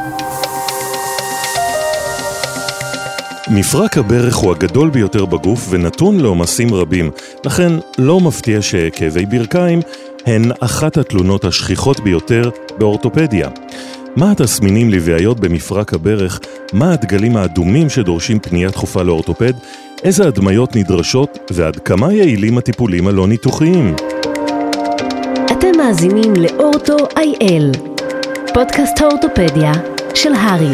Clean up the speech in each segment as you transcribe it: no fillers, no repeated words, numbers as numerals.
מפרק הברך הוא הגדול ביותר בגוף ונתון לעומסים רבים, לכן לא מפתיע שכאבי ברכיים הן אחת התלונות השכיחות ביותר באורתופדיה. מה התסמינים לבעיות במפרק הברך? מה הדגלים האדומים שדורשים פנייה דחופה לאורתופד? איזה הדמיות נדרשות ועד כמה יעילים הטיפולים הלא ניתוחיים? אתם מאזינים לאורתו.il, פודקאסט האורתופדיה של הרי.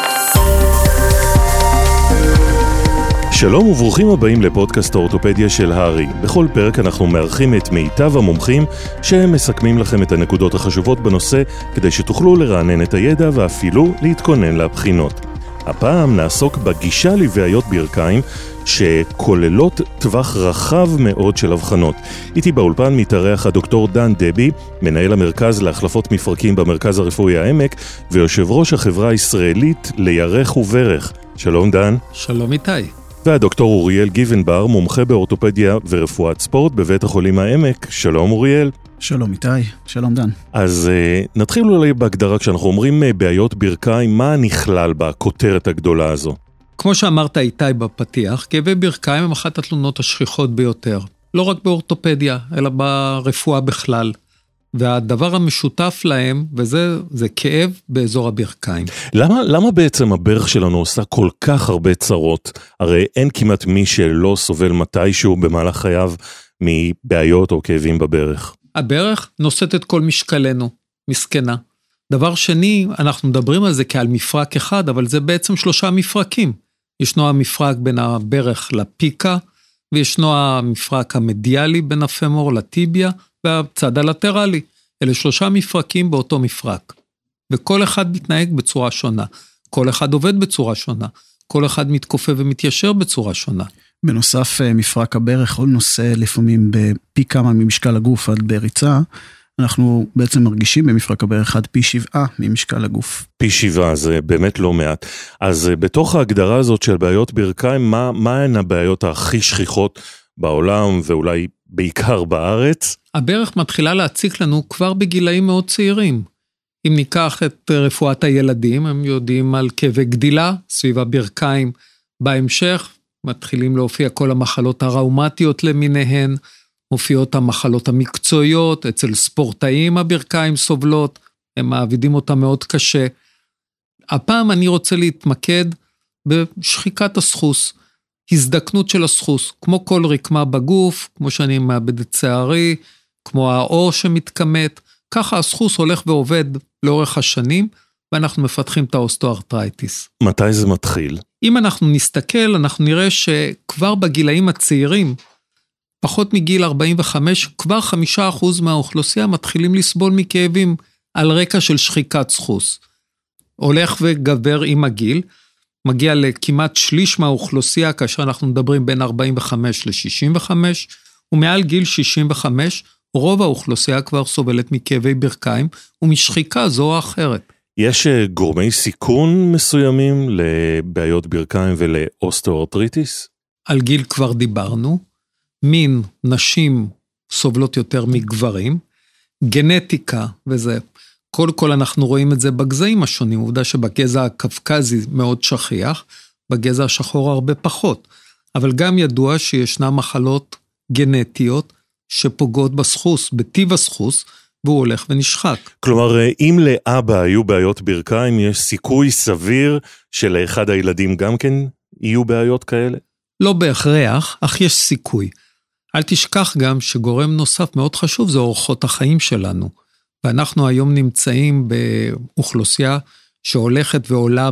שלום וברוכים הבאים לפודקאסט האורתופדיה של הרי. בכל פרק אנחנו מארחים את מיטב המומחים שהם מסכמים לכם את הנקודות החשובות בנושא כדי שתוכלו לרענן את הידע ואפילו להתכונן לבחינות. הפעם נעסוק בגישה לבעיות ברכיים שכוללות טווח רחב מאוד של הבחנות. איתי באולפן מתארח הדוקטור דן דבי, מנהל המרכז להחלפות מפרקים במרכז הרפואי העמק ויושב ראש החברה הישראלית לירך וברך. שלום דן. שלום איתי. והדוקטור אוריאל גיבנבר, מומחה באורתופדיה ורפואת ספורט בבית החולים העמק. שלום אוריאל. שלום איתי, שלום דן. אז נתחיל אולי בהגדרה, כשאנחנו אומרים בעיות ברכיים, מה נכלל בכותרת הגדולה הזו? כמו שאמרת איתי בפתיח, כאבי ברכיים הם אחת התלונות השכיחות ביותר. לא רק באורתופדיה, אלא ברפואה בכלל. והדבר המשותף להם, זה כאב באזור הברכיים. למה בעצם הברך שלנו עושה כל כך הרבה צרות? הרי אין כמעט מי שלא סובל מתישהו במהלך חייו מבעיות או כאבים בברך. הברך נושאת את כל משקלנו, מסכנה. דבר שני, אנחנו מדברים על זה כעל מפרק אחד, אבל זה בעצם 3 מפרקים. ישנו המפרק בין הברך לפיקה, וישנו המפרק המדיאלי בין הפמור לטיביה, והצד הלטרלי. אלה 3 מפרקים באותו מפרק. וכל אחד מתנהג בצורה שונה. כל אחד עובד בצורה שונה. כל אחד מתכופף ומתיישר בצורה שונה. בנוסף, מפרק הברך הוא נושא לפעמים בפי כמה ממשקל הגוף עד בריצה. אנחנו בעצם מרגישים במפרק הברך עד פי 7 ממשקל הגוף. פי 7, זה באמת לא מעט. אז בתוך ההגדרה הזאת של בעיות ברכיים, מה הן הבעיות הכי שכיחות בעולם ואולי בעיקר בארץ? הברך מתחילה להציק לנו כבר בגילאים מאוד צעירים. אם ניקח את רפואת הילדים, הם יודעים על כאבי גדילה סביב הברכיים. בהמשך מתחילים להופיע כל המחלות הראומטיות למיניהן, מופיעות המחלות המקצועיות, אצל ספורטאים הברכיים סובלות, הם מעבידים אותה מאוד קשה. הפעם אני רוצה להתמקד בשחיקת הסחוס, הזדקנות של הסחוס, כמו כל רקמה בגוף, כמו שאני מאבד את שערי, כמו האור שמתכמת, ככה הסחוס הולך ועובד לאורך השנים, ואנחנו מפתחים את האוסטוארטרייטיס. מתי זה מתחיל? אם אנחנו נסתכל, אנחנו נראה שכבר בגילאים הצעירים, פחות מגיל 45, כבר 5% מהאוכלוסייה מתחילים לסבול מכאבים על רקע של שחיקת סחוס. הולך וגבר עם הגיל, מגיע לכמעט שליש מהאוכלוסייה, כאשר אנחנו מדברים בין 45 ל-65, ומעל גיל 65, רוב האוכלוסייה כבר סובלת מכאבי ברכיים, ומשחיקה זו או אחרת. יש גורמי סיכון מסוימים לבעיות ברכיים ולאוסטאורטריטיס? על גיל כבר דיברנו, מין נשים סובלות יותר מגברים, גנטיקה וזה, כל אנחנו רואים את זה בגזעים השונים, עובדה שבגזע הקווקזי מאוד שכיח, בגזע השחור הרבה פחות, אבל גם ידוע שישנה מחלות גנטיות שפוגעות בסחוס, בטיב הסחוס, והוא הולך ונשחק. כלומר, אם לאבא היו בעיות ברכיים, יש סיכוי סביר שלאחד הילדים גם כן יהיו בעיות כאלה? לא בהכרח, אך יש סיכוי. אל תשכח גם שגורם נוסף מאוד חשוב זה אורחות החיים שלנו. ואנחנו היום נמצאים באוכלוסייה שהולכת ועולה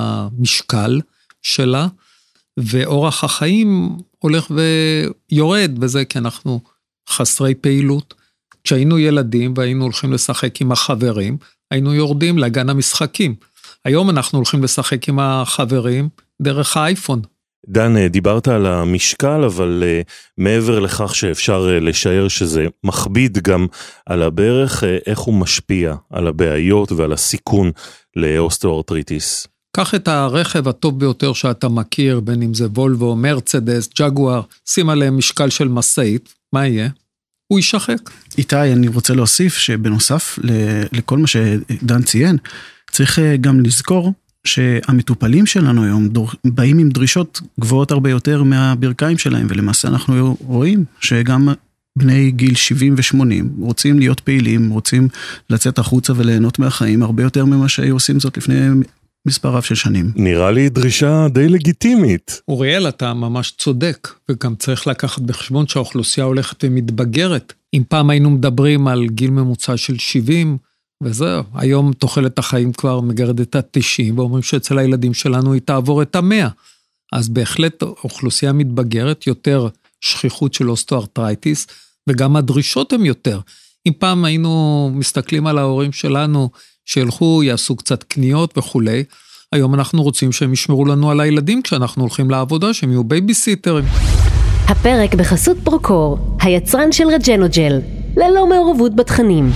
במשקל שלה, ואורח החיים הולך ויורד בזה, כי אנחנו חסרי פעילות. כשהיינו ילדים והיינו הולכים לשחק עם החברים, היינו יורדים לגן המשחקים. היום אנחנו הולכים לשחק עם החברים דרך האייפון. דן, דיברת על המשקל, אבל מעבר לכך שאפשר לשער שזה מכביד גם על הברך, איך הוא משפיע על הבעיות ועל הסיכון לאוסטאורטריטיס? קח את הרכב הטוב ביותר שאתה מכיר, בין אם זה וולבו, מרצדס, ג'גואר, שים עליהם משקל של משאית, מה יהיה? הוא יישחק. איתי, אני רוצה להוסיף שבנוסף לכל מה שדן ציין, צריך גם לזכור שהמטופלים שלנו היום באים עם דרישות גבוהות הרבה יותר מהברכיים שלהם, ולמעשה אנחנו רואים שגם בני גיל 70 ו-80 רוצים להיות פעילים, רוצים לצאת החוצה וליהנות מהחיים הרבה יותר ממה שהיו עושים זאת לפני מספר רב של שנים. נראה לי דרישה די לגיטימית. אוריאל, אתה ממש צודק, וגם צריך לקחת בחשבון שהאוכלוסייה הולכת ומתבגרת. אם פעם היינו מדברים על גיל ממוצע של 70, וזהו, היום תוחלת החיים כבר מגרדת את 90, ואומרים שאצל הילדים שלנו היא תעבור את 100. אז בהחלט אוכלוסייה מתבגרת, יותר שכיחות של אוסטוארטרייטיס, וגם הדרישות הן יותר. אם פעם היינו מסתכלים על ההורים שלנו, שילכו, יעשו קצת קניות וכולי, היום אנחנו רוצים שהם ישמרו לנו על הילדים, כשאנחנו הולכים לעבודה, שהם יהיו בייביסיטרים. הפרק בחסות פרוקור, היצרן של רג'נוג'ל, ללא מעורבות בתכנים.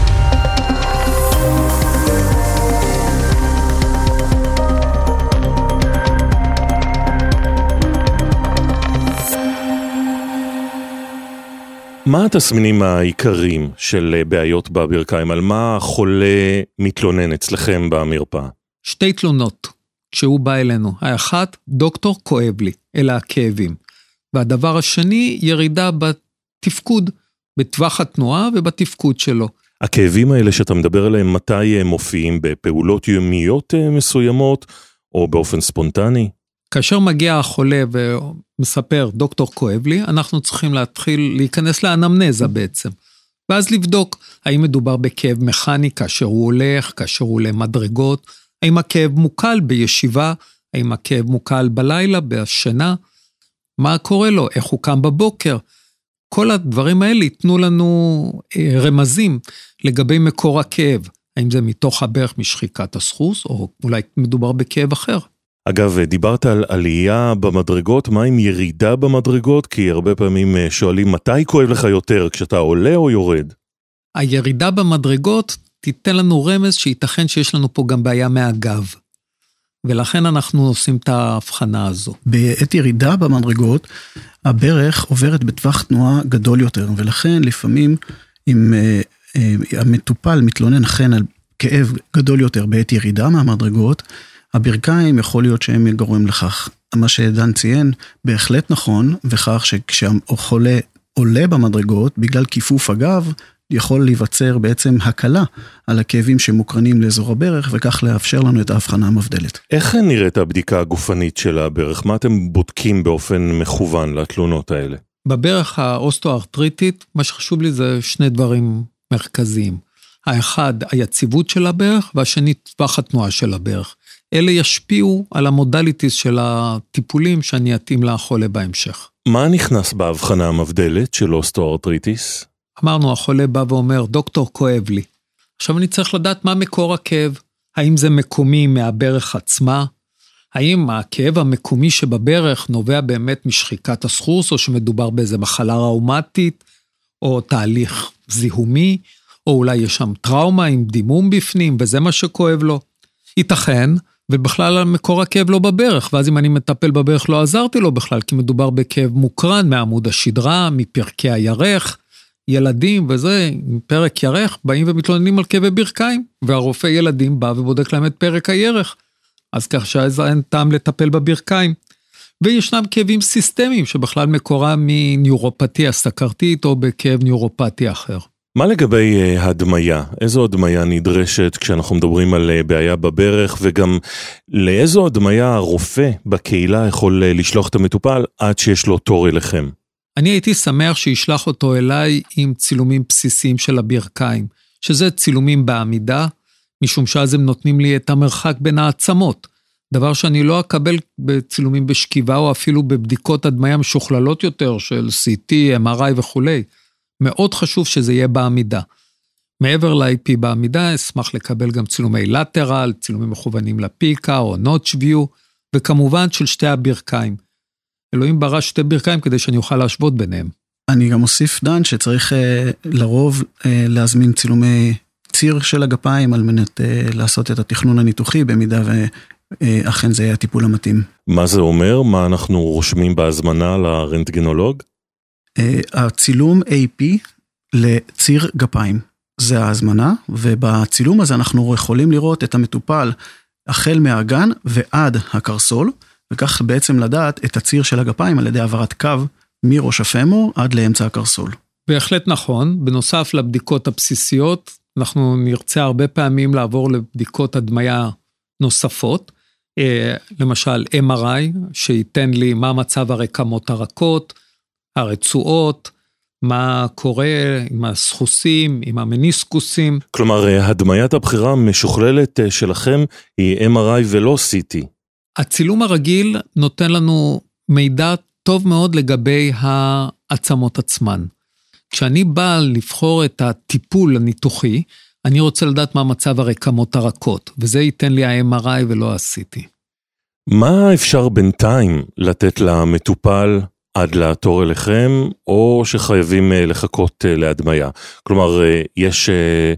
מה התסמינים העיקריים של בעיות בברכיים? על מה החולה מתלונן אצלכם במרפאה? 2 תלונות, כשהוא בא אלינו. האחת, דוקטור כואב לי, אלה הכאבים. והדבר השני, ירידה בתפקוד, בטווח התנועה ובתפקוד שלו. הכאבים האלה שאתה מדבר עליהם, מתי הם מופיעים? בפעולות יומיות מסוימות, או באופן ספונטני? כאשר מגיע החולה ומספר, דוקטור כואב לי, אנחנו צריכים להתחיל להיכנס לאנמנזה בעצם. ואז לבדוק, האם מדובר בכאב מכני כאשר הוא הולך, כאשר הוא עולה מדרגות, האם הכאב מוקל בישיבה, האם הכאב מוקל בלילה, בשינה, מה קורה לו, איך הוא קם בבוקר. כל הדברים האלה ייתנו לנו רמזים לגבי מקור הכאב, האם זה מתוך הברך משחיקת הסחוס, או אולי מדובר בכאב אחר. אגב, דיברת על עלייה במדרגות, מה עם ירידה במדרגות? כי הרבה פעמים שואלים מתי כואב לך יותר, כשאתה עולה או יורד? הירידה במדרגות תיתן לנו רמז שייתכן שיש לנו פה גם בעיה מהגב. ולכן אנחנו עושים את ההבחנה הזו. בעת ירידה במדרגות, הברך עוברת בטווח תנועה גדול יותר, ולכן לפעמים אם המטופל מתלונן אכן על כאב גדול יותר בעת ירידה מהמדרגות, הברכיים יכול להיות שהם גורמים לכך. מה שדן ציין בהחלט נכון, וכך שכשהחולה עולה במדרגות, בגלל כיפוף הגב, יכול להיווצר בעצם הקלה על הכאבים שמוקרנים לאזור הברך, וכך לאפשר לנו את ההבחנה המבדלת. איך נראית הבדיקה הגופנית של הברך? מה אתם בודקים באופן מכוון לתלונות האלה? בברך האוסטוארטריטית, מה שחשוב לי זה 2 דברים מרכזיים. האחד, היציבות של הברך, והשני, טווח התנועה של הברך. אלה ישפיעו על המודליטיס של הטיפולים שאני אתאים לחולה בהמשך. מה נכנס בהבחנה המבדלת של אוסטוארטריטיס? אמרנו, החולה בא ואומר, דוקטור כואב לי. עכשיו אני צריך לדעת מה מקור הכאב. האם זה מקומי מהברך עצמה? האם הכאב המקומי שבברך נובע באמת משחיקת הסחוס, או שמדובר באיזה מחלה ראומטית, או תהליך זיהומי, או אולי יש שם טראומה עם דימום בפנים, וזה מה שכואב לו. ייתכן, ובכלל מקור הכאב לא בברך, ואז אם אני מטפל בברך לא עזרתי לו בכלל, כי מדובר בכאב מוקרן מעמוד השדרה, מפרקי הירך, ילדים וזה, פרק ירך, באים ומתלוננים על כאבי ברכיים, והרופא ילדים בא ובודק להם את פרק הירך, אז כך שאין טעם לטפל בברכיים. וישנם כאבים סיסטמיים, שבכלל מקורם מניורופתיה סכרתית, או בכאב ניורופתי אחר. מה לגבי הדמיה? איזו הדמיה נדרשת כשאנחנו מדברים על בעיה בברך, וגם לאיזו הדמיה הרופא בקהילה יכול לשלוח את המטופל עד שיש לו תור אליכם? אני הייתי שמח שישלח אותו אליי עם צילומים בסיסיים של הברכיים, שזה צילומים בעמידה, משום שאז הם נותנים לי את המרחק בין העצמות, דבר שאני לא אקבל בצילומים בשכיבה, או אפילו בבדיקות הדמיה משוכללות יותר, של CT, MRI וכו'. מאוד חשוב שזה יהיה בעמידה. מעבר ל-IP בעמידה, אשמח לקבל גם צילומי לטרל, צילומים מכוונים לפיקה או נוטש ויו, וכמובן של 2 הברכיים. אלוהים ברא 2 ברכיים כדי שאני אוכל להשוות ביניהם. אני גם אוסיף דן שצריך לרוב להזמין צילומי ציר של הגפיים, על מנת לעשות את התכנון הניתוחי, במידה ואכן זה יהיה הטיפול המתאים. מה זה אומר? מה אנחנו רושמים בהזמנה לרנטגנולוג? הצילום AP לציר גפיים. זה ההזמנה, ובצילום הזה אנחנו יכולים לראות את המטופל החל מהאגן ועד הקרסול, וכך בעצם לדעת את הציר של הגפיים על ידי העברת קו מראש הפמור עד לאמצע הקרסול. בהחלט נכון, בנוסף לבדיקות הבסיסיות, אנחנו נרצה הרבה פעמים לעבור לבדיקות הדמיה נוספות, למשל MRI, שייתן לי מה מצב הרקמות הרכות, הרצועות, מה קורה עם הסחוסים, עם המניסקוסים. כלומר, הדמיית הבחירה המשוכללת שלכם היא MRI ולא CT. הצילום הרגיל נותן לנו מידע טוב מאוד לגבי העצמות עצמן. כשאני בא לבחור את הטיפול הניתוחי, אני רוצה לדעת מה מצב הרקמות הרכות, וזה ייתן לי ה-MRI ולא ה-CT. מה אפשר בינתיים לתת למטופל עד לתור אליכם, או שחייבים לחכות להדמיה? כלומר, יש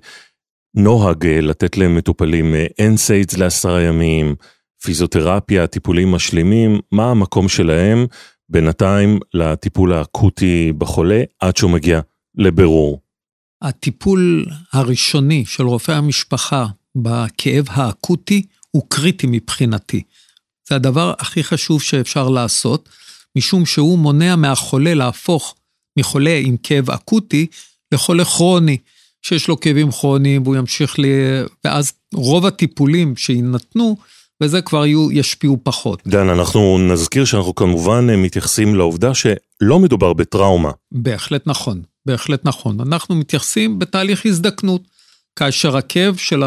נוהג לתת למטופלים NSAIDs ל10 ימים, פיזיותרפיה, טיפולים משלימים, מה המקום שלהם בינתיים לטיפול האקוטי בחולה, עד שהוא מגיע לבירור? הטיפול הראשוני של רופא המשפחה בכאב האקוטי הוא קריטי מבחינתי. זה הדבר הכי חשוב שאפשר לעשות, משום שהוא מונע מהחולה להפוך מחולה עם כאב אקוטי לחולה כרוני, שיש לו כאבים כרוניים והוא ימשיך ואז רוב הטיפולים שיינתנו, וזה כבר ישפיעו פחות. דן, אנחנו נזכיר שאנחנו כמובן מתייחסים לעובדה שלא מדובר בטראומה. בהחלט נכון, בהחלט נכון. אנחנו מתייחסים בתהליך הזדקנות, כאשר הכאב של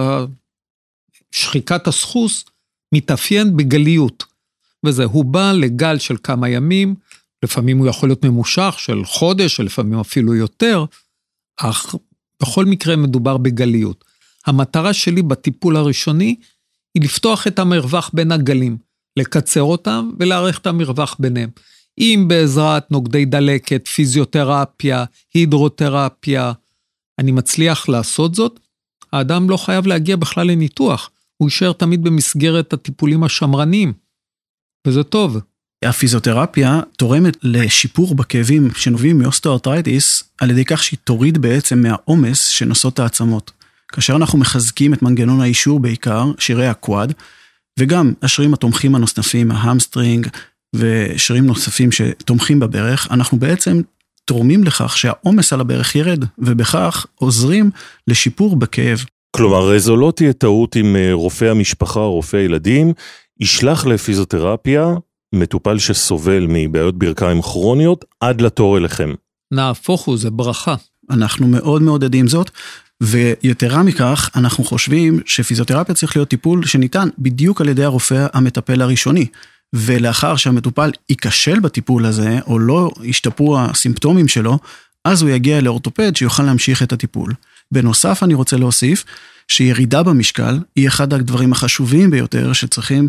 שחיקת הסחוס מתאפיין בגליות, וזה הוא בא לגל של כמה ימים, לפעמים הוא יכול להיות ממושך של חודש, לפעמים אפילו יותר, אך בכל מקרה מדובר בגליות. המטרה שלי בטיפול הראשוני היא לפתוח את המרווח בין הגלים, לקצר אותם ולהאריך את המרווח ביניהם. אם בעזרת נוגדי דלקת, פיזיותרפיה, הידרותרפיה, אני מצליח לעשות זאת, האדם לא חייב להגיע בכלל לניתוח, הוא יישאר תמיד במסגרת הטיפולים השמרניים, וזה טוב. הפיזיותרפיה תורמת לשיפור בכאבים שנובעים מאוסטאו-ארתריטיס, על ידי כך שהיא תוריד בעצם מהעומס שנושאות העצמות. כאשר אנחנו מחזקים את מנגנון האישור בעיקר, שירי הקוואד, וגם השרירים התומכים הנוספים, ההמסטרינג, ושרירים נוספים שתומכים בברך, אנחנו בעצם תורמים לכך שהעומס על הברך ירד, ובכך עוזרים לשיפור בכאב. כלומר, זו לא תהיה טעות עם רופא המשפחה או רופא ילדים, ישלח לפיזיותרפיה מטופל שסובל מבעיות ברכיים כרוניות עד לתור אליכם. נהפוך הוא, זה ברכה. אנחנו מאוד מעודדים זאת, ויתרה מכך, אנחנו חושבים שפיזיותרפיה צריך להיות טיפול שניתן בדיוק על ידי הרופא המטפל הראשוני, ולאחר שהמטופל ייכשל בטיפול הזה, או לא ישתפרו הסימפטומים שלו, אז הוא יגיע לאורתופד שיוכל להמשיך את הטיפול. בנוסף, אני רוצה להוסיף שירידה במשקל היא אחד הדברים החשובים ביותר שצריכים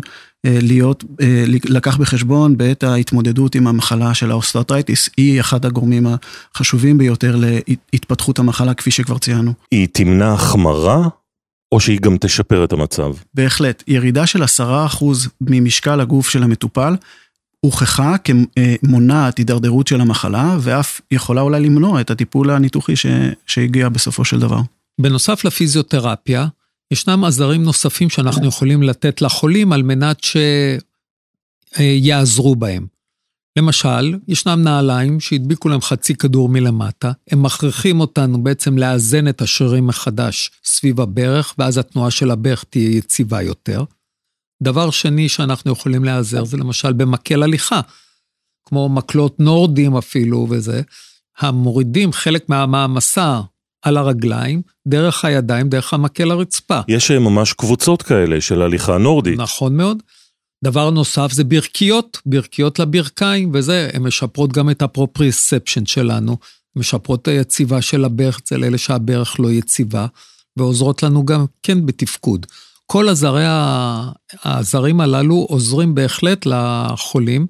לקח בחשבון בעת ההתמודדות עם המחלה של האוסטאו-ארתריטיס. היא אחד הגורמים החשובים ביותר להתפתחות המחלה כפי שכבר ציינו. היא תמנע החמרה או שהיא גם תשפר את המצב? בהחלט. ירידה של 10% ממשקל הגוף של המטופל הוכחה כמונעת הידרדרות של המחלה, ואף יכולה אולי למנוע את הטיפול הניתוחי שהגיע בסופו של דבר. בנוסף לפיזיותרפיה, ישנם עזרים נוספים שאנחנו יכולים לתת לחולים על מנת שיעזרו בהם. למשל, ישנם נעליים שהדביקו להם חצי כדור מלמטה, הם מכריחים אותנו בעצם לאזן את השרירים מחדש סביב הברך, ואז התנועה של הברך תהיה יציבה יותר. דבר שני שאנחנו יכולים להיעזר זה למשל במקל הליכה, כמו מקלות נורדים אפילו וזה, המורידים חלק מהמעמסה על הרגליים, דרך הידיים, דרך המקל הרצפה. יש ממש קבוצות כאלה של הליכה נורדית. נכון מאוד. דבר נוסף זה ברכיות לברכיים, וזה, הן משפרות גם את הפרופריספשן שלנו, משפרות את היציבה של הברך, אצל אלה שהברך לא יציבה, ועוזרות לנו גם כן בתפקוד. כל הזרים הללו עוזרים בהחלט לחולים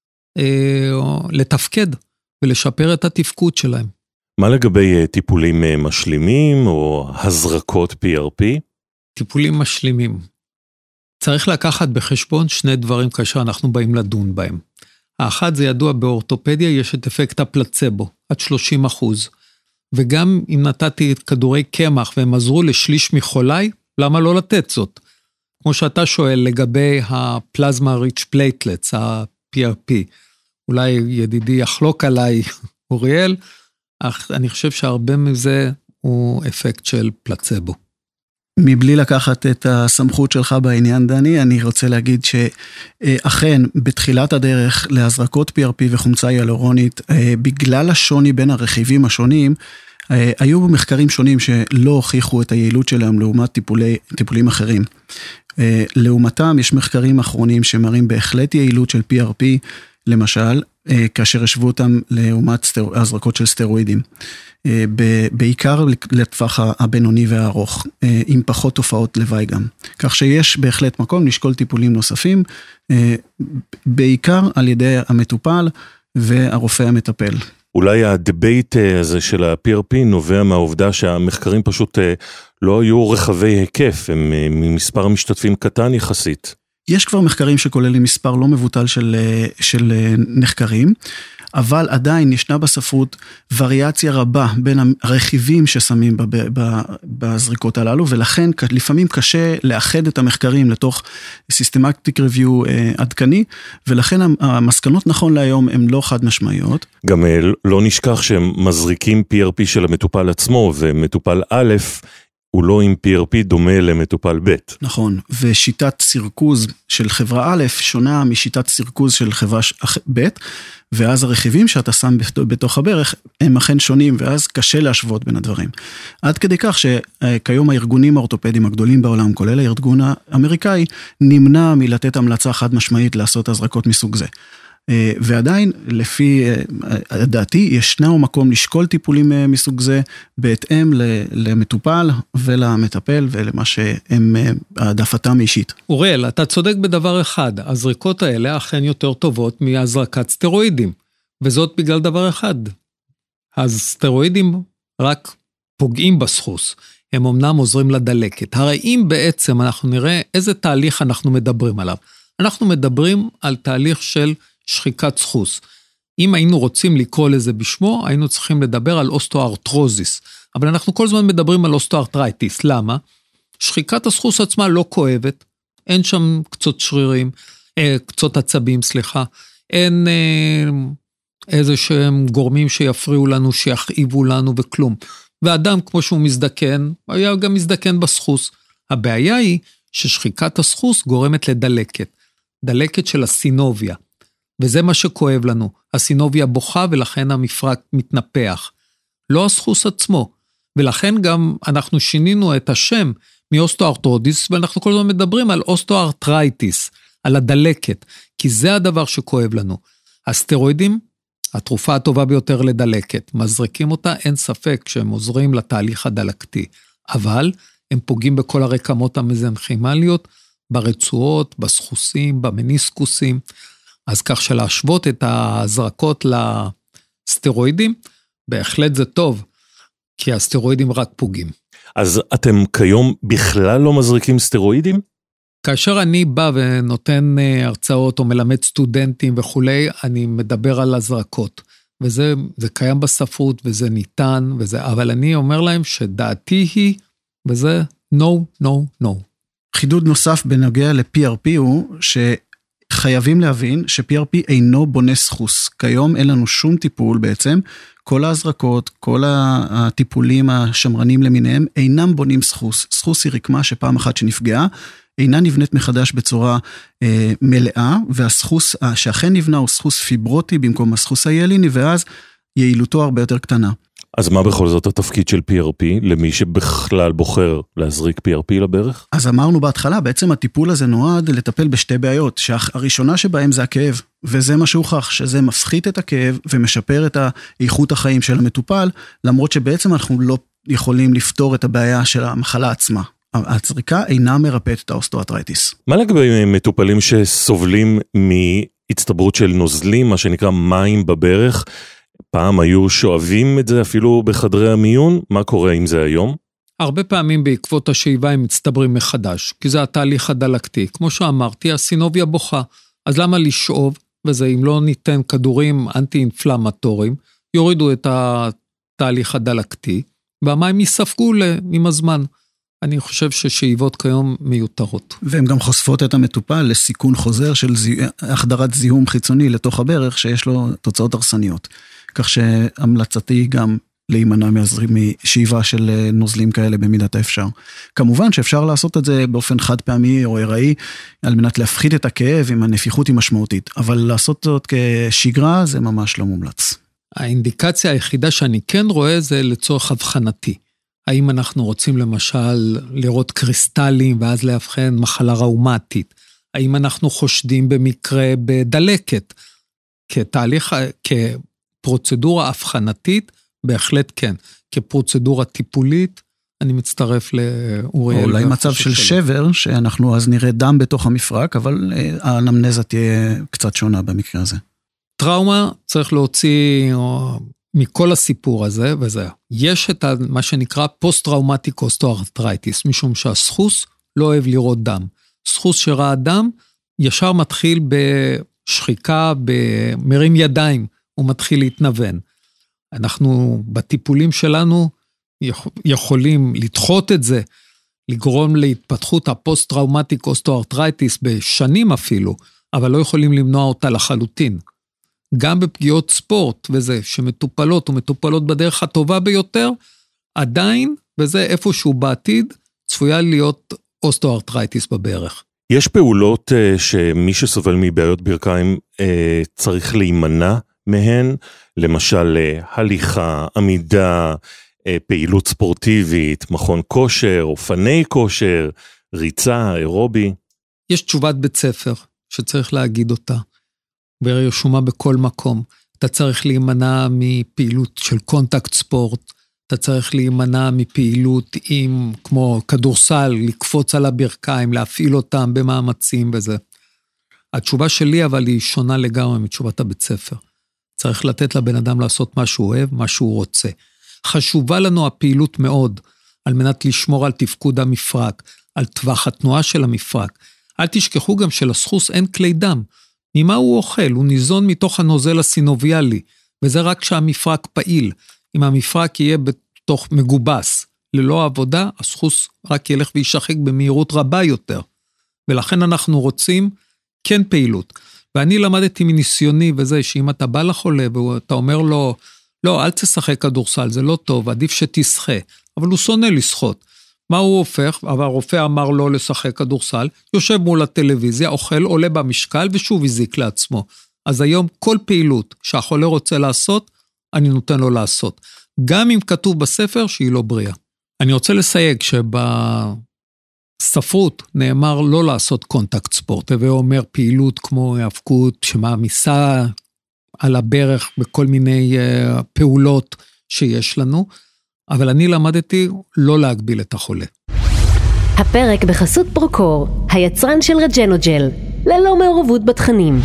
לתפקד ולשפר את התפקוד שלהם. מה לגבי טיפולים משלימים או הזרקות PRP? טיפולים משלימים. צריך לקחת בחשבון שני דברים כאשר אנחנו באים לדון בהם. האחד זה ידוע באורתופדיה, יש את אפקט הפלצבו, עד 30%. וגם אם נתתי את כדורי קמח והם עזרו לשליש מחוליי, למה לא לתת זאת? כמו שאתה שואל לגבי הפלזמה ריץ' פלייטלטס, ה-PRP, אולי ידידי יחלוק עליי, אוריאל, אך אני חושב שהרבה מזה הוא אפקט של פלצבו. מבלי לקחת את הסמכות שלך בעניין, דני, אני רוצה להגיד שאכן, בתחילת הדרך להזרקות PRP וחומצה היאלורונית, בגלל השוני בין הרכיבים השונים, היו מחקרים שונים שלא הוכיחו את היעילות שלהם לעומת טיפולים אחרים. לעומתם, יש מחקרים אחרונים שמראים בהחלט יעילות של PRP, למשל, כאשר השוו אותם לעומת הזרקות של סטרואידים. בעיקר לטווח הבינוני והארוך, עם פחות תופעות לוואי גם. כך שיש בהחלט מקום לשקול טיפולים נוספים, בעיקר על ידי המטופל והרופא המטפל. אולי הדבייט הזה של ה-PRP נובע מהעובדה שהמחקרים פשוט לא היו רחבי היקף, הם ממספר המשתתפים קטן יחסית. יש כבר מחקרים שכוללים מספר לא מבוטל של נחקרים, אבל עדיין ישנה בספרות וריאציה רבה בין הרכיבים ששמים בזריקות הללו, ולכן לפעמים קשה לאחד את המחקרים לתוך systematic review עדכני, ולכן המסקנות נכון להיום הן לא חד משמעיות. גם לא נשכח שהם מזריקים PRP של המטופל עצמו, ומטופל א' הוא לא עם PRP דומה למטופל ב'. נכון, ושיטת סירקוז של חברה א' שונה משיטת סירקוז של חברה ב', ואז הרכיבים שאתה שם בתוך הברך הם אכן שונים, ואז קשה להשוות בין הדברים. עד כדי כך שכיום הארגונים האורתופדיים הגדולים בעולם, כולל הארגון האמריקאי, נמנע מלתת המלצה חד משמעית לעשות הזרקות מסוג זה. ועדיין, לפי דעתי, ישנו מקום לשקול טיפולים מסוג זה, בהתאם למטופל ולמטפל ולמה שהם העדפתם אישית. אוריאל, אתה צודק בדבר אחד, הזריקות האלה אכן יותר טובות מהזרקת סטרואידים, וזאת בגלל דבר אחד. אז סטרואידים רק פוגעים בסחוס, הם אמנם עוזרים לדלקת. הרי אם בעצם אנחנו נראה איזה תהליך אנחנו מדברים עליו, אנחנו מדברים על תהליך של שחיקת סחוס. אם היינו רוצים לקרוא לזה בשמו, היינו צריכים לדבר על אוסטוארטרוזיס. אבל אנחנו כל הזמן מדברים על אוסטוארטרייטיס. למה? שחיקת הסחוס עצמה לא כואבת, אין שם קצות שרירים, קצות עצבים, סליחה, אין איזה שהם גורמים שיפריעו לנו, שיכאיבו לנו וכלום. ואדם כמו שהוא מזדקן, היה גם מזדקן בסחוס. הבעיה היא ששחיקת הסחוס גורמת לדלקת. דלקת של הסינוביה. וזה מה שכואב לנו. הסינוביה בוכה ולכן המפרק מתנפח. לא הסחוס עצמו. ולכן גם אנחנו שינינו את השם מאוסטוארטרודיס, ואנחנו כל הזמן מדברים על אוסטוארטרייטיס, על הדלקת, כי זה הדבר שכואב לנו. הסטרואידים, התרופה הטובה ביותר לדלקת, מזריקים אותה, אין ספק שהם עוזרים לתהליך הדלקתי, אבל הם פוגעים בכל הרקמות המזנכימליות, ברצועות, בסחוסים, במניסקוסים, אז כך שלהשוות את ההזרקות לסטרואידים, בהחלט זה טוב, כי הסטרואידים רק פוגעים. אז אתם כיום בכלל לא מזריקים סטרואידים? כאשר אני בא ונותן הרצאות או מלמד סטודנטים וכולי, אני מדבר על הזרקות, וזה קיים בספרות וזה ניתן, אבל אני אומר להם שדעתי היא, וזה no. חידוד נוסף בנוגע ל-PRP הוא שחייבים להבין ש-PRP אינו בונה סחוס. כיום אין לנו שום טיפול בעצם, כל ההזרקות, כל הטיפולים השמרנים למיניהם אינם בונים סחוס. סחוס היא רקמה שפעם אחת שנפגעה, אינה נבנית מחדש בצורה מלאה, והסחוס שאכן נבנה הוא סחוס פיברוטי במקום הסחוס היאליני, ואז יעילותו הרבה יותר קטנה. אז מה בכל זאת התפקיד של PRP למי שבכלל בוחר להזריק PRP לברך? אז אמרנו בהתחלה, בעצם הטיפול הזה נועד לטפל בשתי בעיות, שהראשונה שבהם זה הכאב, וזה מה שהוכח, שזה מפחית את הכאב ומשפר את איכות החיים של המטופל, למרות שבעצם אנחנו לא יכולים לפתור את הבעיה של המחלה עצמה. הזריקה אינה מרפאת את האוסטוארטרייטיס. מה לגבי מטופלים שסובלים מהצטברות של נוזלים, מה שנקרא מים בברך? פעם היו שואבים את זה אפילו בחדרי המיון, מה קורה עם זה היום? הרבה פעמים בעקבות השאיבה הם מצטברים מחדש, כי זה התהליך הדלקתי. כמו שאמרתי, הסינוביה בוכה, אז למה לשאוב? וזה אם לא ניתן כדורים אנטי-אינפלמטוריים, יורידו את התהליך הדלקתי, והמים ייספגו עם הזמן. אני חושב ששאיבות כיום מיותרות. והן גם חושפות את המטופל לסיכון חוזר של החדרת זיהום חיצוני לתוך הברך, שיש לו תוצאות הרסניות. כך שהמלצתי גם להימנע משאיבה של נוזלים כאלה במידת האפשר. כמובן שאפשר לעשות את זה באופן חד פעמי או הראי, על מנת להפחית את הכאב אם הנפיחות היא משמעותית, אבל לעשות זאת כשגרה זה ממש לא מומלץ. האינדיקציה היחידה שאני כן רואה זה לצורך הבחנתי. האם אנחנו רוצים למשל לראות קריסטלים ואז להבחן מחלה ראומטית? האם אנחנו חושדים במקרה בדלקת? כפרוצדורה הבחנתית, בהחלט כן. כפרוצדורה טיפולית, אני מצטרף לאוריאל. אולי מצב של שבר, שאנחנו אז נראה דם בתוך המפרק, אבל האנמנזה תהיה קצת שונה במקרה הזה. טראומה צריך להוציא מכל הסיפור הזה, וזה. יש את מה שנקרא פוסט-טראומטיק אוסטוארתרייטיס, משום שהסחוס לא אוהב לראות דם. סחוס שראה דם, ישר מתחיל בשחיקה, במרים ידיים, הוא מתחיל להתנוון. אנחנו בטיפולים שלנו יכולים לדחות את זה, לגרום להתפתחות הפוסט-טראומטיק אוסטוארתרייטיס בשנים אפילו, אבל לא יכולים למנוע אותה לחלוטין. גם בפגיעות ספורט וזה, שמטופלות ומטופלות בדרך הטובה ביותר, עדיין, וזה איפשהו בעתיד, צפויה להיות אוסטוארתרייטיס בברך. יש פעולות שמי שסובל מבעיות ברכיים צריך להימנע מהן, למשל הליכה, עמידה, פעילות ספורטיבית, מכון כושר, אופני כושר, ריצה, אירובי. יש תשובת בית ספר שצריך להגיד אותה, ורשומה בכל מקום. אתה צריך להימנע מפעילות של קונטקט ספורט, אתה צריך להימנע מפעילות כמו כדורסל, לקפוץ על הברכיים, להפעיל אותם במאמצים וזה. התשובה שלי אבל היא שונה לגמרי מתשובת הבית ספר. צריך לתת לבן אדם לעשות מה שהוא אוהב, מה שהוא רוצה. חשובה לנו הפעילות מאוד, על מנת לשמור על תפקוד המפרק, על טווח התנועה של המפרק. אל תשכחו גם שלסחוס אין כלי דם. ממה הוא אוכל? הוא ניזון מתוך הנוזל הסינוביאלי, וזה רק כשהמפרק פעיל. אם המפרק יהיה בתוך מגובס, ללא עבודה, הסחוס רק ילך וישחק במהירות רבה יותר. ולכן אנחנו רוצים כן פעילות. ואני למדתי מניסיוני וזה, שאם אתה בא לחולה, ואתה אומר לו, לא, אל תשחק כדורסל, זה לא טוב, עדיף שתשחה. אבל הוא שונא לשחות. מה הוא הופך? אבל הרופא אמר לו לשחק כדורסל, יושב מול הטלוויזיה, אוכל, עולה במשקל, ושוב הזיק לעצמו. אז היום כל פעילות שהחולה רוצה לעשות, אני נותן לו לעשות. גם אם כתוב בספר שהיא לא בריאה. אני רוצה לסייג שבספרות נאמר לא לעשות קונטקט ספורט, ואומר פעילות כמו האבקות שמעמיסה על הברך בכל מיני פעולות שיש לנו, אבל אני למדתי לא להגביל את החולה. הפרק בחסות ברוקור, היצרן של רג'נוג'ל, ללא מעורבות בתכנים.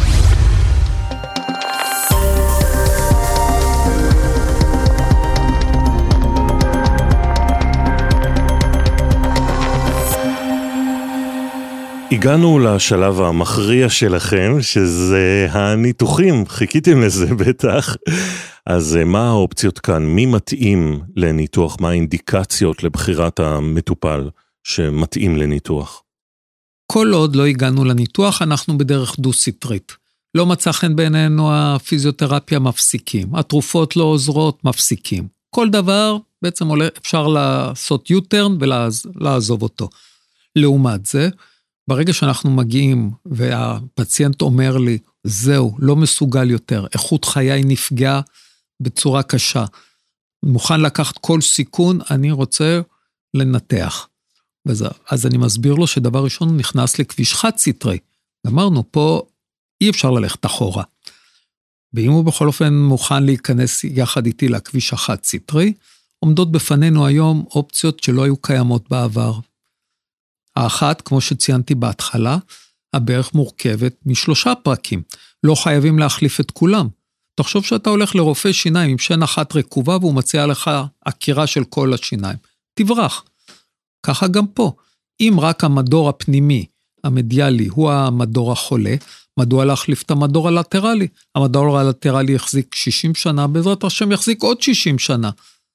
הגענו לשלב המכריע שלכם, שזה הניתוחים, חיכיתם לזה בטח. אז מה האופציות כאן? מי מתאים לניתוח? מה האינדיקציות לבחירת המטופל שמתאים לניתוח? כל עוד לא הגענו לניתוח, אנחנו בדרך דו-סטרית. לא מצא חן בעינינו הפיזיותרפיה, מפסיקים. התרופות לא עוזרות, מפסיקים. כל דבר בעצם אפשר לעשות U-turn ולעזוב אותו. לעומת זה, ברגע שאנחנו מגיעים והפציינט אומר לי, זהו, לא מסוגל יותר, איכות חיי נפגעה בצורה קשה, מוכן לקחת כל סיכון, אני רוצה לנתח. אז אני מסביר לו שדבר ראשון הוא נכנס לכביש חד סטרי. אמרנו, פה אי אפשר ללכת אחורה. ואם הוא בכל אופן מוכן להיכנס יחד איתי לכביש החד סטרי, עומדות בפנינו היום אופציות שלא היו קיימות בעבר. האחת, כמו שציינתי בהתחלה, הברך מורכבת מ3 פרקים. לא חייבים להחליף את כולם. תחשוב שאתה הולך לרופא שיניים עם שן אחת רקובה, והוא מציע לך עקירה של כל השיניים. תברח. ככה גם פה. אם רק המדור הפנימי, המדיאלי, הוא המדור החולה, מדוע להחליף את המדור הלטרלי? המדור הלטרלי יחזיק 60 שנה, בעזרת השם יחזיק עוד 60 שנה.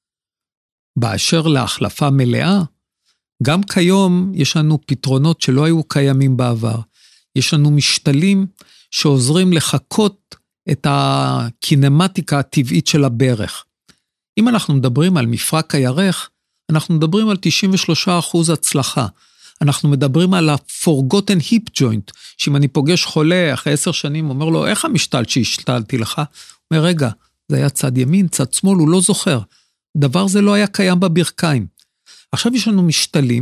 באשר להחלפה מלאה, גם כיום יש לנו פתרונות שלא היו קיימים בעבר. יש לנו משתלים שעוזרים לחכות את הקינמטיקה הטבעית של הברך. אם אנחנו מדברים על מפרק הירך, אנחנו מדברים על 93% הצלחה. אנחנו מדברים על ה-forgotten hip joint, שאם אני פוגש חולה אחרי 10 שנים, אומר לו, איך המשתל שהשתלתי לך? הוא אומר, רגע, זה היה צד ימין, צד שמאל, הוא לא זוכר. דבר זה לא היה קיים בברכיים. עכשיו יש לנו משתלים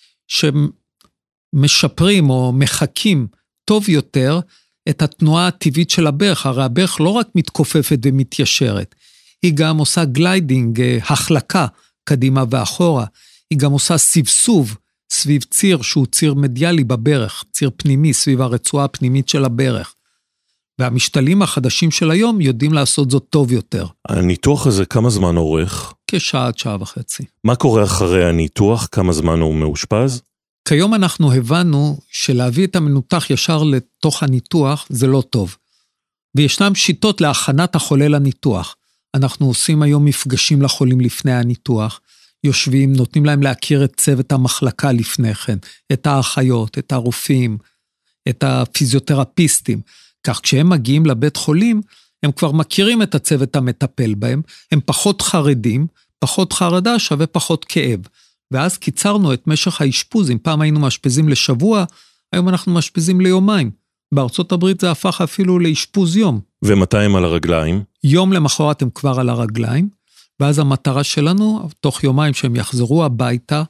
שמשפרים או מחקים טוב יותר את התנועה הטבעית של הברך. הרי הברך לא רק מתכופפת ומתיישרת, היא גם עושה גליידינג, החלקה קדימה ואחורה, היא גם עושה סבסוב סביב ציר שהוא ציר מדיאלי בברך, ציר פנימי סביב הרצועה הפנימית של הברך. והמשתלים החדשים של היום יודעים לעשות זאת טוב יותר. הניתוח הזה כמה זמן אורך? כשעה עד שעה וחצי. מה קורה אחרי הניתוח? כמה זמן הוא מאושפז? כיום אנחנו הבנו שלהביא את המנותח ישר לתוך הניתוח זה לא טוב. וישנם שיטות להכנת החולה לניתוח. אנחנו עושים היום מפגשים לחולים לפני הניתוח, יושבים, נותנים להם להכיר את צוות המחלקה לפני כן, את האחיות, את הרופאים, את הפיזיותרפיסטים. כך כשהם מגיעים לבית חולים, הם כבר מכירים את הצוות המטפל בהם, הם פחות חרדים, פחות חרדה שווה פחות כאב. ואז קיצרנו את משך האשפוז, אם פעם היינו מאשפזים לשבוע, היום אנחנו מאשפזים ליומיים. בארצות הברית זה הפך אפילו לאשפוז יום. ומתי הם על הרגליים? יום למחרת הם כבר על הרגליים, ואז המטרה שלנו, תוך יומיים שהם יחזרו הביתה,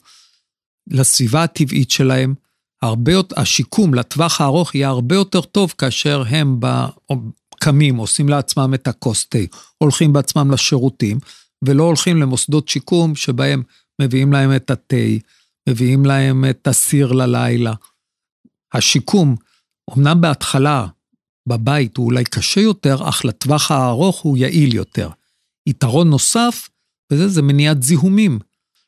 לסביבה הטבעית שלהם, השיקום לטווח הארוך יהיה הרבה יותר טוב, כאשר הם קמים, עושים לעצמם את הקוסטי, הולכים בעצמם לשירותים, ולא הולכים למוסדות שיקום, שבהם מביאים להם את התה, מביאים להם את הסיר ללילה. השיקום, אמנם בהתחלה, בבית הוא אולי קשה יותר, אך לטווח הארוך הוא יעיל יותר. יתרון נוסף, וזה מניעת זיהומים.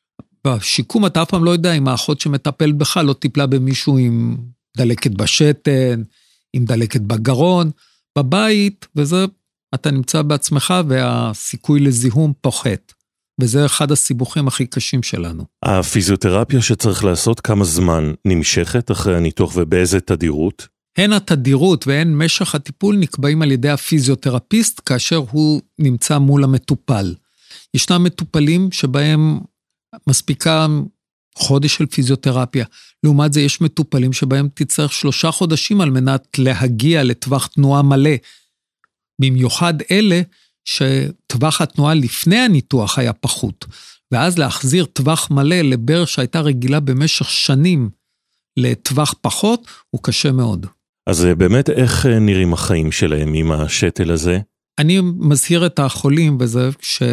בשיקום אתה אף פעם לא יודע אם האחות שמטפל בך לא טיפלה במישהו עם דלקת בשתן, עם דלקת בגרון, בבית, וזה אתה נמצא בעצמך והסיכוי לזיהום פוחת. וזה אחד הסיבוכים הכי קשים שלנו. הפיזיותרפיה שצריך לעשות כמה זמן נמשכת אחרי הניתוח ובאיזה תדירות? הן התדירות והן משך הטיפול נקבעים על ידי הפיזיותרפיסט, כאשר הוא נמצא מול המטופל. ישנם מטופלים שבהם מספיקה חודש של פיזיותרפיה. לעומת זה יש מטופלים שבהם תצטרך 3 חודשים על מנת להגיע לטווח תנועה מלא. במיוחד אלה שטווח התנועה לפני הניתוח היה פחות. ואז להחזיר טווח מלא לברך שהייתה רגילה במשך שנים לטווח פחות, הוא קשה מאוד. אז באמת איך נראים החיים שלהם עם השתל הזה? אני מזהיר את החולים בזה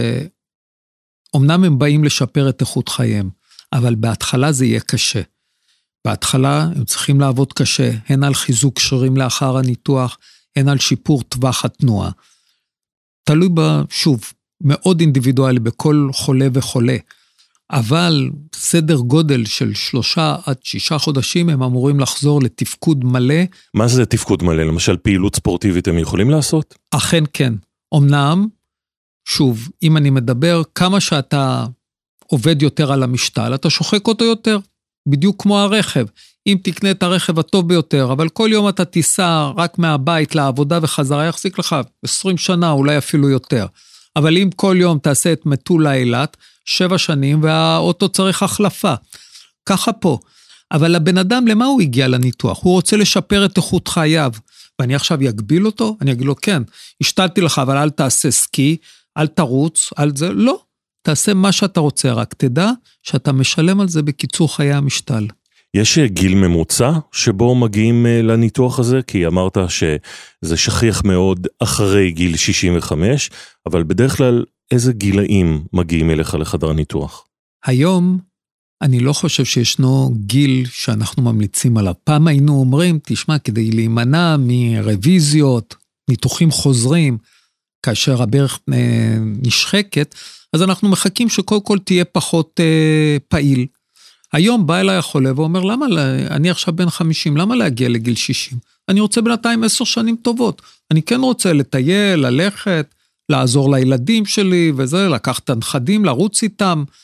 שאומנם הם באים לשפר את איכות חייהם, אבל בהתחלה זה יהיה קשה. בהתחלה הם צריכים לעבוד קשה, הן על חיזוק שרירים לאחר הניתוח, הן על שיפור טווח התנועה. תלוי שוב, מאוד אינדיבידואלי בכל חולה וחולה, אבל סדר גודל של 3 עד 6 חודשים הם אמורים לחזור לתפקוד מלא. מה זה תפקוד מלא? למשל פעילות ספורטיבית הם יכולים לעשות? אכן כן. אמנם, שוב, אם אני מדבר, כמה שאתה עובד יותר על המשתל, אתה שוחק אותו יותר, בדיוק כמו הרכב. אם תקנה את הרכב הטוב ביותר, אבל כל יום אתה תיסע רק מהבית לעבודה וחזרה, יחזיק לך 20 שנה, אולי אפילו יותר. אבל אם כל יום תעשה את מטולה אילת, 7 שנים, והאוטו צריך החלפה. ככה פה. אבל הבן אדם, למה הוא הגיע לניתוח? הוא רוצה לשפר את איכות חייו. ואני עכשיו יגביל אותו? אני אגיד לו, כן, השתלתי לך, אבל אל תעשה סקי, אל תרוץ, אל זה, לא. תעשה מה שאתה רוצה, רק תדע שאתה משלם על זה בקיצור חיי המשתל. יש גיל ממוצע שבו מגיעים לניתוח הזה? כי אמרת שזה שכיח מאוד אחרי גיל 65, אבל בדרך כלל איזה גילאים מגיעים אליך לחדר ניתוח? היום אני לא חושב שישנו גיל שאנחנו ממליצים עליו. פעם היינו אומרים, תשמע, כדי להימנע מרוויזיות, ניתוחים חוזרים, כאשר הברך נשחקת, אז אנחנו מחכים שקודם כל תהיה פחות פעיל. היום בא אליי החולה ואומר, למה, אני עכשיו בן 50, למה להגיע לגיל 60? אני רוצה בינתיים 10 שנים טובות. אני כן רוצה לטייל, ללכת, לעזור לילדים שלי וזה, לקחת הנכדים, לרוץ איתם.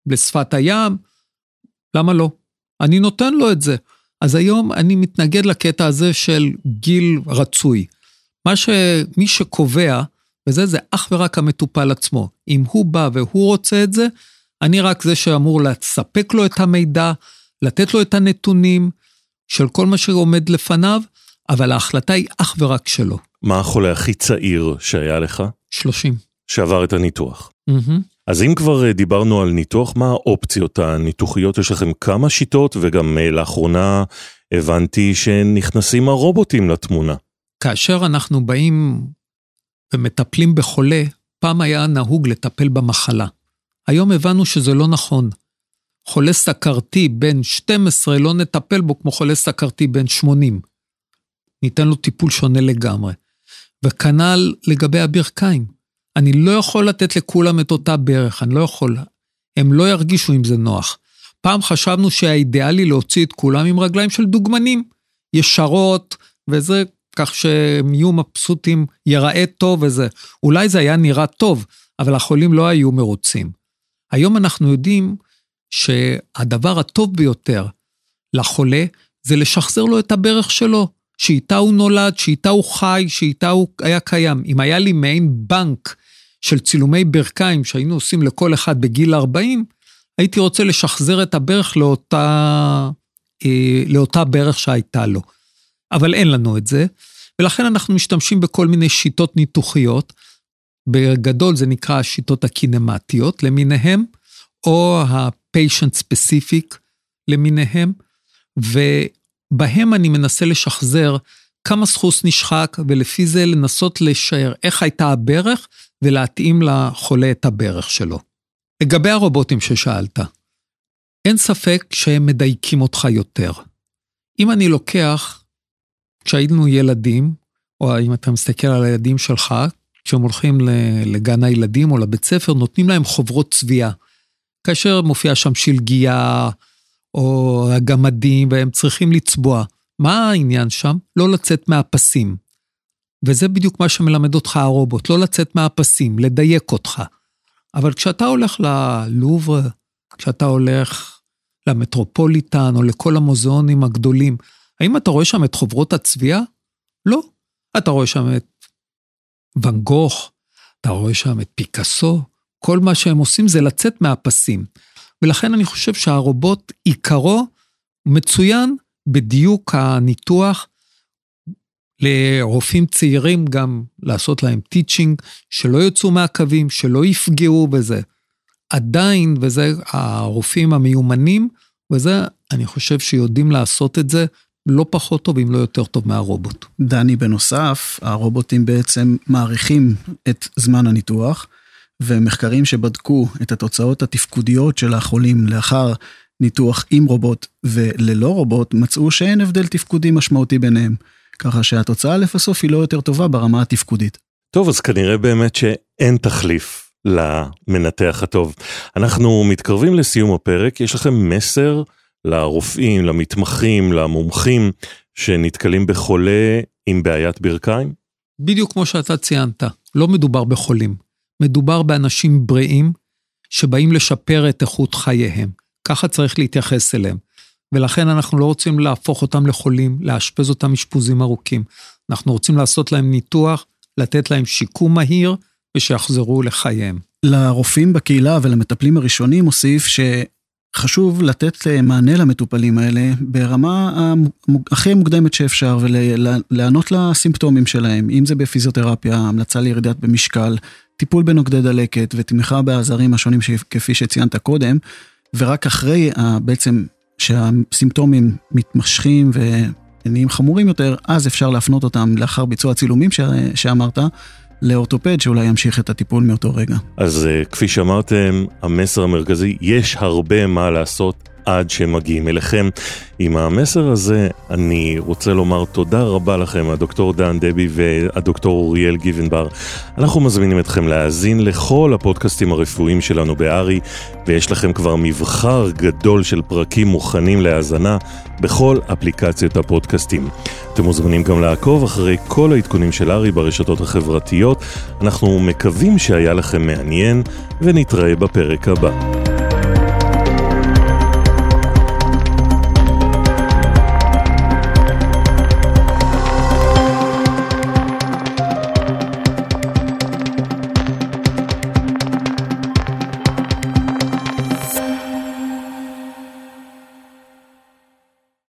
לשפת הים, למה לא? אני נותן לו את זה. אז היום אני מתנגד לקטע הזה של גיל רצוי. מי שקובע, וזה זה אך ורק המטופל עצמו. אם הוא בא והוא רוצה את זה, אני רק זה שאמור לספק לו את המידע, לתת לו את הנתונים של כל מה שעומד לפניו, אבל ההחלטה היא אך ורק שלו. מה החולה הכי צעיר שהיה לך? 30. שעבר את הניתוח. אז אם כבר דיברנו על ניתוח, מה האופציות הניתוחיות? יש לכם כמה שיטות, וגם לאחרונה הבנתי שנכנסים הרובוטים לתמונה. כאשר אנחנו באים ומטפלים בחולה, פעם היה נהוג לטפל במחלה. היום הבנו שזה לא נכון. חולה סכרתי בן 12 לא נטפל בו כמו חולה סכרתי בן 80. ניתן לו טיפול שונה לגמרי. וכנ"ל לגבי הברכיים. אני לא יכול לתת לכולם את אותה ברך, אני לא יכול. הם לא ירגישו אם זה נוח. פעם חשבנו שהאידיאלי להוציא את כולם עם רגליים של דוגמנים, ישרות, וזה כך שהם יהיו מבסוטים, ייראה טוב וזה. אולי זה היה נראה טוב, אבל החולים לא היו מרוצים. היום אנחנו יודעים שהדבר הטוב ביותר לחולה, זה לשחזר לו את הברך שלו, שאיתה הוא נולד, שאיתה הוא חי, שאיתה הוא היה קיים. אם היה לי מעין בנק של צילומי ברכיים, שהיינו עושים לכל אחד בגיל 40, הייתי רוצה לשחזר את הברך לאותה ברך שהייתה לו. אבל אין לנו את זה, ולכן אנחנו משתמשים בכל מיני שיטות ניתוחיות, בגדול זה נקרא השיטות הקינמטיות למיניהם, או ה-patient specific למיניהם, ובהם אני מנסה לשחזר כמה סחוס נשחק, ולפי זה לנסות לשער איך הייתה הברך, ולהתאים לחולה את הברך שלו. לגבי הרובוטים ששאלת, אין ספק שהם מדייקים אותך יותר. אם אני לוקח, כשהיינו ילדים, או אם אתה מסתכל על הילדים שלך, כשהם הולכים לגן הילדים או לבית ספר, נותנים להם חוברות צביעה. כאשר מופיע שם שלגיה, או הגמדים, והם צריכים לצבוע. מה העניין שם? לא לצאת מהפסים. וזה בדיוק מה שמלמד אותך הרובוט, לא לצאת מהפסים, לדייק אותך. אבל כשאתה הולך ללובר, כשאתה הולך למטרופוליטן, או לכל המוזיאונים הגדולים, האם אתה רואה שם את חוברות הצביעה? לא. אתה רואה שם את ואן גוך, אתה רואה שם את פיקאסו, כל מה שהם עושים זה לצאת מהפסים. ולכן אני חושב שהרובוט עיקרו מצוין בדיוק הניתוח, לרופאים צעירים גם לעשות להם טיצ'ינג, שלא יוצאו מהקווים, שלא יפגעו בזה. עדיין, וזה הרופאים המיומנים, וזה אני חושב שיודעים לעשות את זה, לא פחות טוב, אם לא יותר טוב מהרובוט. דני, בנוסף, הרובוטים בעצם מעריכים את זמן הניתוח, ומחקרים שבדקו את התוצאות התפקודיות של החולים לאחר ניתוח עם רובוט וללא רובוט, מצאו שאין הבדל תפקודי משמעותי ביניהם, ככה שהתוצאה לפסוף היא לא יותר טובה ברמה התפקודית. טוב, אז כנראה באמת שאין תחליף למנתח הטוב. אנחנו מתקרבים לסיום הפרק, יש לכם מסר לרופאים, למתמחים, למומחים שנתקלים בחולה עם בעיית ברכיים? בדיוק כמו שאתה ציינת, לא מדובר בחולים, מדובר באנשים בריאים שבאים לשפר את איכות חייהם, ככה צריך להתייחס אליהם, ולכן אנחנו לא רוצים להפוך אותם לחולים, להשפז אותם אשפוזים ארוכים, אנחנו רוצים לעשות להם ניתוח, לתת להם שיקום מהיר, ושיחזרו לחייהם. לרופאים בקהילה ולמטפלים הראשונים מוסיף שחשוב לתת מענה למטופלים האלה ברמה הכי מוקדמת שאפשר, ולענות לסימפטומים שלהם, אם זה בפיזיותרפיה, המלצה לירידת במשקל, טיפול בנוגדי דלקת ותמיכה בעזרים השונים כפי שציינת קודם, ורק אחרי בעצם שהסימפטומים מתמשכים ונהיים חמורים יותר, אז אפשר להפנות אותם לאחר ביצוע הצילומים שאמרת, לאורתופד שאולי ימשיך את הטיפול מאותו רגע. אז כפי שאמרתם, המסר המרכזי, יש הרבה מה לעשות עד שמגיעים אליכם. עם המסר הזה אני רוצה לומר תודה רבה לכם, הדוקטור דן דבי והדוקטור אוריאל גיבנבר. אנחנו מזמינים אתכם להאזין לכל הפודקאסטים הרפואיים שלנו בארי, ויש לכם כבר מבחר גדול של פרקים מוכנים להאזנה בכל אפליקציות הפודקאסטים. אתם מוזמנים גם לעקוב אחרי כל העדכונים של ארי ברשתות החברתיות. אנחנו מקווים שהיה לכם מעניין, ונתראה בפרק הבא.